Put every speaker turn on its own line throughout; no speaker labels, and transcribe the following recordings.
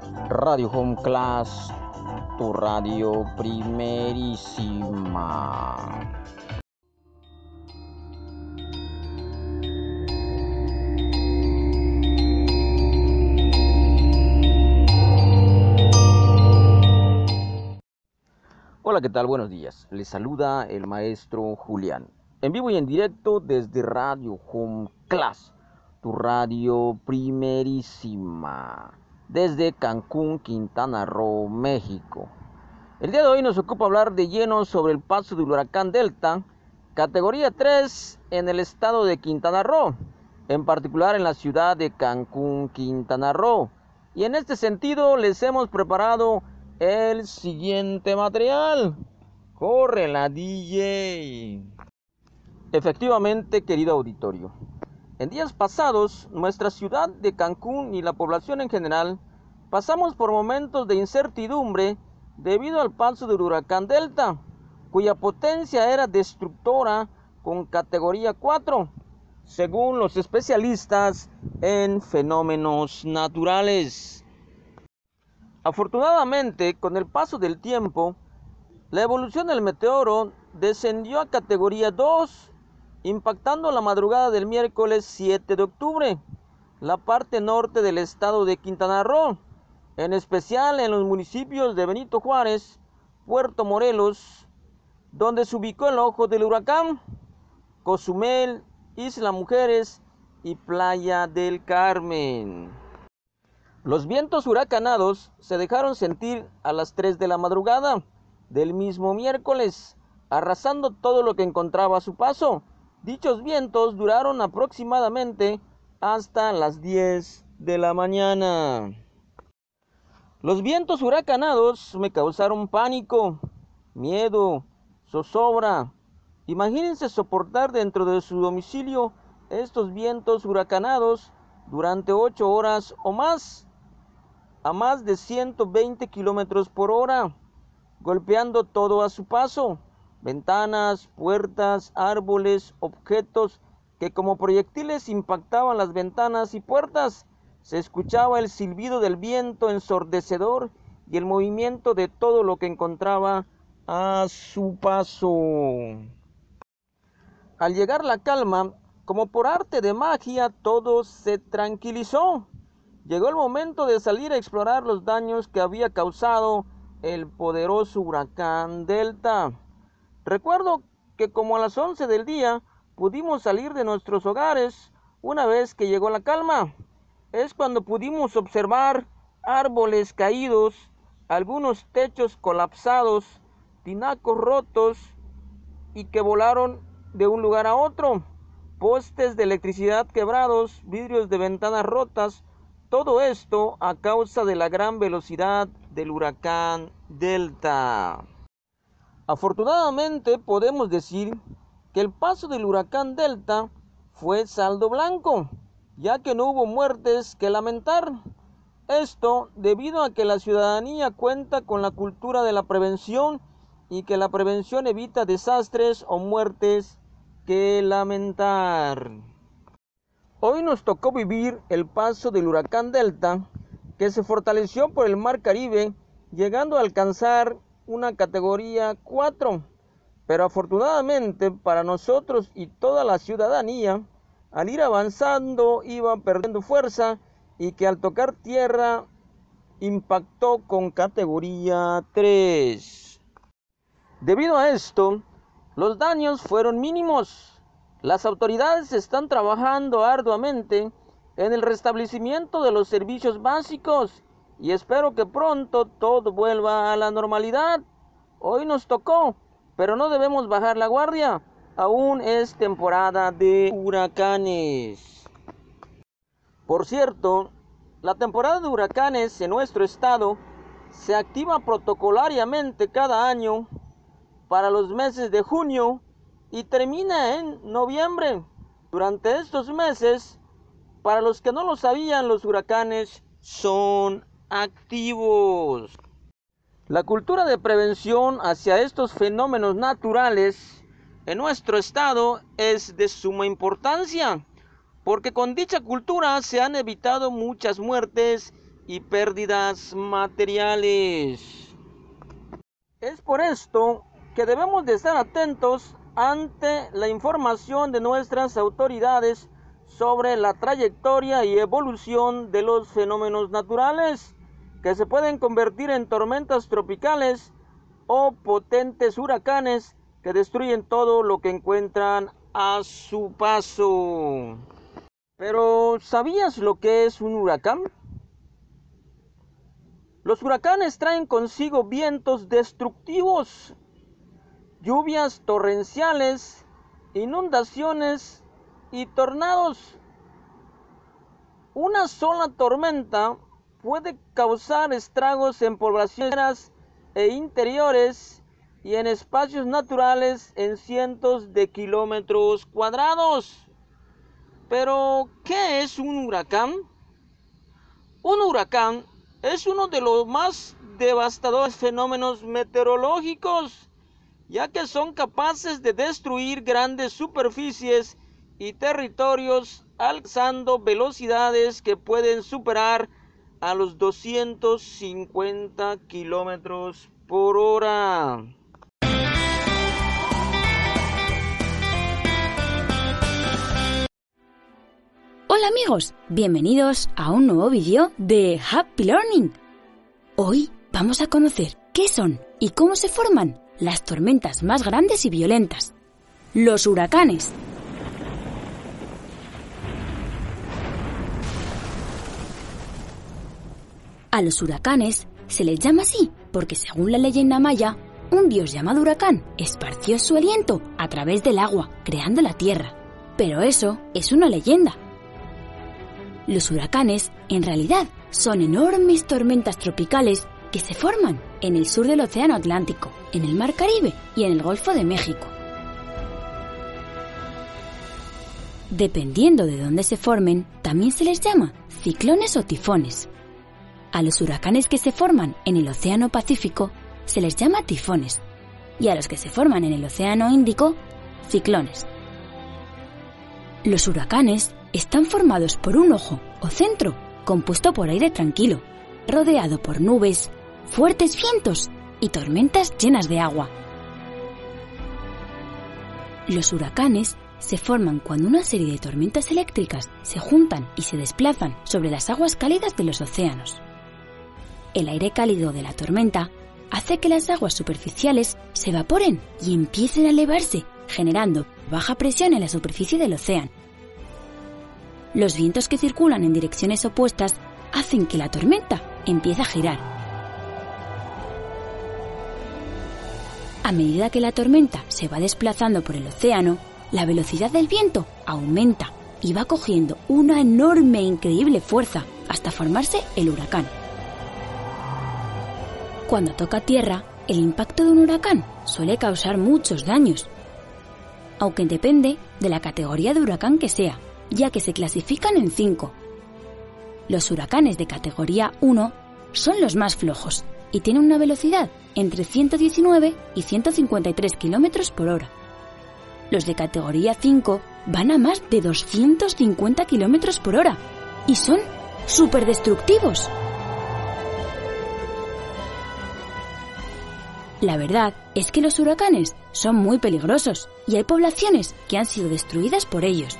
Radio Home Class, tu radio primerísima. Hola, ¿qué tal? Buenos días. Les saluda el maestro Julián. En vivo y en directo desde Radio Home Class, tu radio primerísima. Desde Cancún, Quintana Roo, México. El día de hoy nos ocupa hablar de lleno sobre el paso del huracán Delta, categoría 3 en el estado de Quintana Roo, en particular en la ciudad de Cancún, Quintana Roo. Y en este sentido les hemos preparado el siguiente material. ¡Corre la DJ! Efectivamente, querido auditorio, en días pasados, nuestra ciudad de Cancún y la población en general pasamos por momentos de incertidumbre debido al paso del huracán Delta, cuya potencia era destructora con categoría 4, según los especialistas en fenómenos naturales. Afortunadamente, con el paso del tiempo, la evolución del meteoro descendió a categoría 2, impactando la madrugada del miércoles 7 de octubre, la parte norte del estado de Quintana Roo, en especial en los municipios de Benito Juárez, Puerto Morelos, donde se ubicó el ojo del huracán, Cozumel, Isla Mujeres y Playa del Carmen. Los vientos huracanados se dejaron sentir a las 3 de la madrugada del mismo miércoles, arrasando todo lo que encontraba a su paso. Dichos vientos duraron aproximadamente hasta las 10 de la mañana. Los vientos huracanados me causaron pánico, miedo, zozobra. Imagínense soportar dentro de su domicilio estos vientos huracanados durante 8 horas o más, a más de 120 kilómetros por hora, golpeando todo a su paso, ventanas, puertas, árboles, objetos que como proyectiles impactaban las ventanas y puertas. Se escuchaba el silbido del viento ensordecedor y el movimiento de todo lo que encontraba a su paso. Al llegar la calma, como por arte de magia, todo se tranquilizó. Llegó el momento de salir a explorar los daños que había causado el poderoso huracán Delta. Recuerdo que como a las 11 del día pudimos salir de nuestros hogares una vez que llegó la calma. Es cuando pudimos observar árboles caídos, algunos techos colapsados, tinacos rotos y que volaron de un lugar a otro, postes de electricidad quebrados, vidrios de ventanas rotas. Todo esto a causa de la gran velocidad del huracán Delta. Afortunadamente podemos decir que el paso del huracán Delta fue saldo blanco, ya que no hubo muertes que lamentar. Esto debido a que la ciudadanía cuenta con la cultura de la prevención y que la prevención evita desastres o muertes que lamentar. Hoy nos tocó vivir el paso del huracán Delta, que se fortaleció por el mar Caribe, llegando a alcanzar una categoría 4. Pero afortunadamente para nosotros y toda la ciudadanía, al ir avanzando iba perdiendo fuerza y que al tocar tierra impactó con categoría 3. Debido a esto, los daños fueron mínimos. Las autoridades están trabajando arduamente en el restablecimiento de los servicios básicos y espero que pronto todo vuelva a la normalidad. Hoy nos tocó, pero no debemos bajar la guardia. Aún es temporada de huracanes. Por cierto, la temporada de huracanes en nuestro estado se activa protocolariamente cada año para los meses de junio y termina en noviembre. Durante estos meses, para los que no lo sabían, los huracanes son activos. La cultura de prevención hacia estos fenómenos naturales en nuestro estado es de suma importancia, porque con dicha cultura se han evitado muchas muertes y pérdidas materiales. Es por esto que debemos de estar atentos ante la información de nuestras autoridades sobre la trayectoria y evolución de los fenómenos naturales que se pueden convertir en tormentas tropicales o potentes huracanes que destruyen todo lo que encuentran a su paso. Pero, ¿sabías lo que es un huracán? Los huracanes traen consigo vientos destructivos, lluvias torrenciales, inundaciones y tornados. Una sola tormenta puede causar estragos en poblaciones e interiores y en espacios naturales en cientos de kilómetros cuadrados. Pero, ¿qué es un huracán? Un huracán es uno de los más devastadores fenómenos meteorológicos, ya que son capaces de destruir grandes superficies y territorios alcanzando velocidades que pueden superar a los 250 kilómetros por hora.
Hola amigos, bienvenidos a un nuevo vídeo de Happy Learning. Hoy vamos a conocer qué son y cómo se forman las tormentas más grandes y violentas, los huracanes. A los huracanes se les llama así porque, según la leyenda maya, un dios llamado Huracán esparció su aliento a través del agua, creando la tierra. Pero eso es una leyenda. Los huracanes, en realidad, son enormes tormentas tropicales que se forman en el sur del Océano Atlántico, en el Mar Caribe y en el Golfo de México. Dependiendo de dónde se formen, también se les llama ciclones o tifones. A los huracanes que se forman en el Océano Pacífico se les llama tifones, y a los que se forman en el Océano Índico, ciclones. Los huracanes están formados por un ojo o centro compuesto por aire tranquilo, rodeado por nubes, fuertes vientos y tormentas llenas de agua. Los huracanes se forman cuando una serie de tormentas eléctricas se juntan y se desplazan sobre las aguas cálidas de los océanos. El aire cálido de la tormenta hace que las aguas superficiales se evaporen y empiecen a elevarse, generando baja presión en la superficie del océano. Los vientos que circulan en direcciones opuestas hacen que la tormenta empiece a girar. A medida que la tormenta se va desplazando por el océano, la velocidad del viento aumenta y va cogiendo una enorme e increíble fuerza hasta formarse el huracán. Cuando toca tierra, el impacto de un huracán suele causar muchos daños, aunque depende de la categoría de huracán que sea, ya que se clasifican en 5. Los huracanes de categoría 1 son los más flojos y tienen una velocidad entre 119 y 153 km por hora. Los de categoría 5 van a más de 250 km por hora y son súper destructivos. La verdad es que los huracanes son muy peligrosos y hay poblaciones que han sido destruidas por ellos.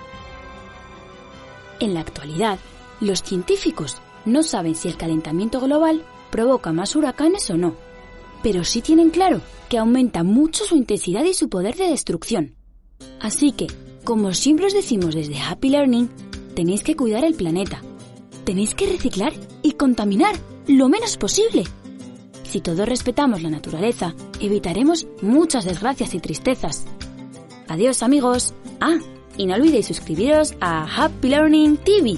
En la actualidad, los científicos no saben si el calentamiento global provoca más huracanes o no, pero sí tienen claro que aumenta mucho su intensidad y su poder de destrucción. Así que, como siempre os decimos desde Happy Learning, tenéis que cuidar el planeta. Tenéis que reciclar y contaminar lo menos posible. Si todos respetamos la naturaleza, evitaremos muchas desgracias y tristezas. Adiós amigos. Y no olvidéis suscribiros a Happy Learning TV.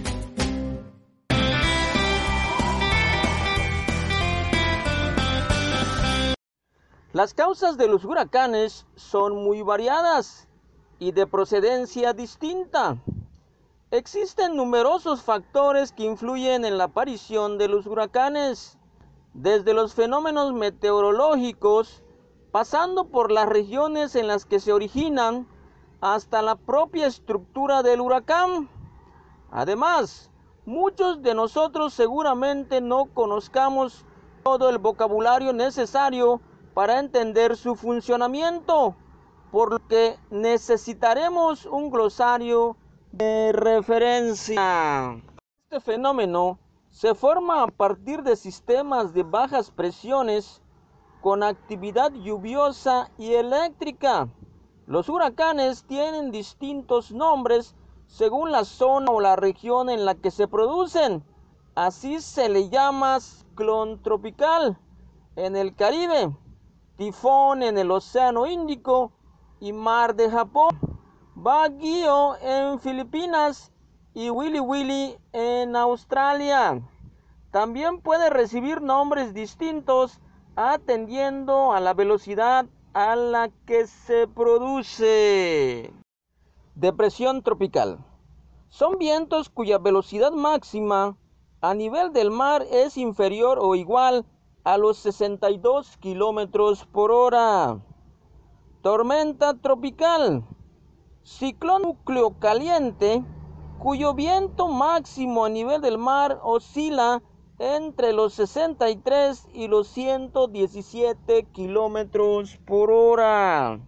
Las causas de los huracanes son muy variadas y de procedencia distinta. Existen numerosos factores que influyen en la aparición de los huracanes, desde los fenómenos meteorológicos, pasando por las regiones en las que se originan, hasta la propia estructura del huracán. Además, Muchos de nosotros seguramente no conozcamos todo el vocabulario necesario para entender su funcionamiento, por lo que necesitaremos un glosario de referencia. Este fenómeno se forma a partir de sistemas de bajas presiones con actividad lluviosa y eléctrica. Los huracanes tienen distintos nombres según la zona o la región en la que se producen. Así se le llama ciclón tropical en el Caribe, tifón en el Océano Índico y Mar de Japón, Baguio en Filipinas y Wili Wili en Australia. También puede recibir nombres distintos atendiendo a la velocidad a la que se produce. Depresión tropical. Son vientos cuya velocidad máxima a nivel del mar es inferior o igual a los 62 kilómetros por hora. Tormenta tropical. Ciclón núcleo caliente cuyo viento máximo a nivel del mar oscila entre los 63 y los 117 kilómetros por hora.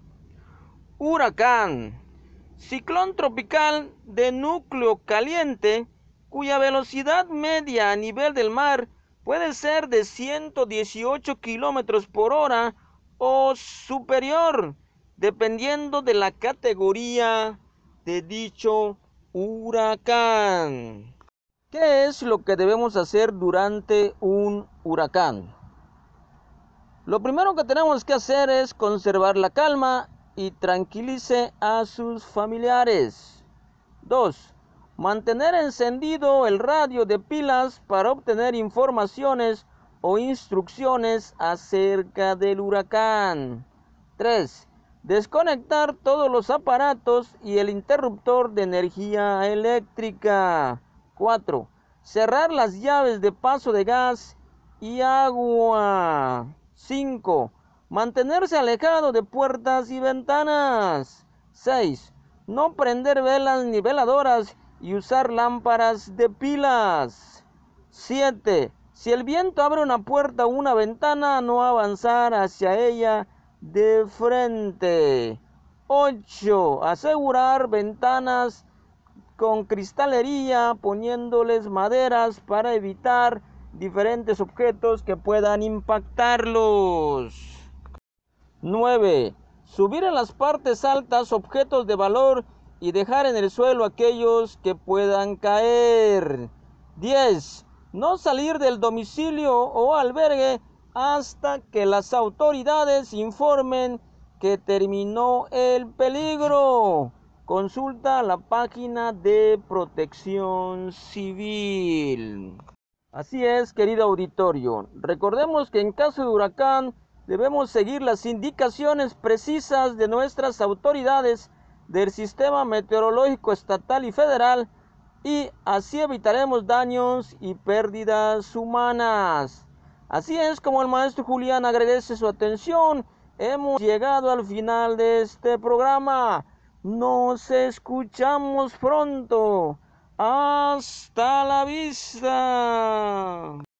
Huracán. Ciclón tropical de núcleo caliente cuya velocidad media a nivel del mar puede ser de 118 kilómetros por hora o superior, dependiendo de la categoría de dicho huracán. ¿Qué es lo que debemos hacer durante un huracán? Lo primero que tenemos que hacer es conservar la calma y tranquilice a sus familiares. 2. Mantener encendido el radio de pilas para obtener informaciones o instrucciones acerca del huracán. 3. Desconectar todos los aparatos y el interruptor de energía eléctrica. 4. Cerrar las llaves de paso de gas y agua. 5. Mantenerse alejado de puertas y ventanas. 6. No prender velas ni veladoras y usar lámparas de pilas. 7. Si el viento abre una puerta o una ventana, no avanzar hacia ella de frente. 8. Asegurar ventanas con cristalería poniéndoles maderas para evitar diferentes objetos que puedan impactarlos. 9. Subir en las partes altas objetos de valor y dejar en el suelo aquellos que puedan caer. 10. No salir del domicilio o albergue hasta que las autoridades informen que terminó el peligro. Consulta la página de Protección Civil. Así es, querido auditorio. Recordemos que en caso de huracán debemos seguir las indicaciones precisas de nuestras autoridades del Sistema Meteorológico Estatal y Federal y así evitaremos daños y pérdidas humanas. Así es como el maestro Julián agradece su atención. Hemos llegado al final de este programa. Nos escuchamos pronto. Hasta la vista.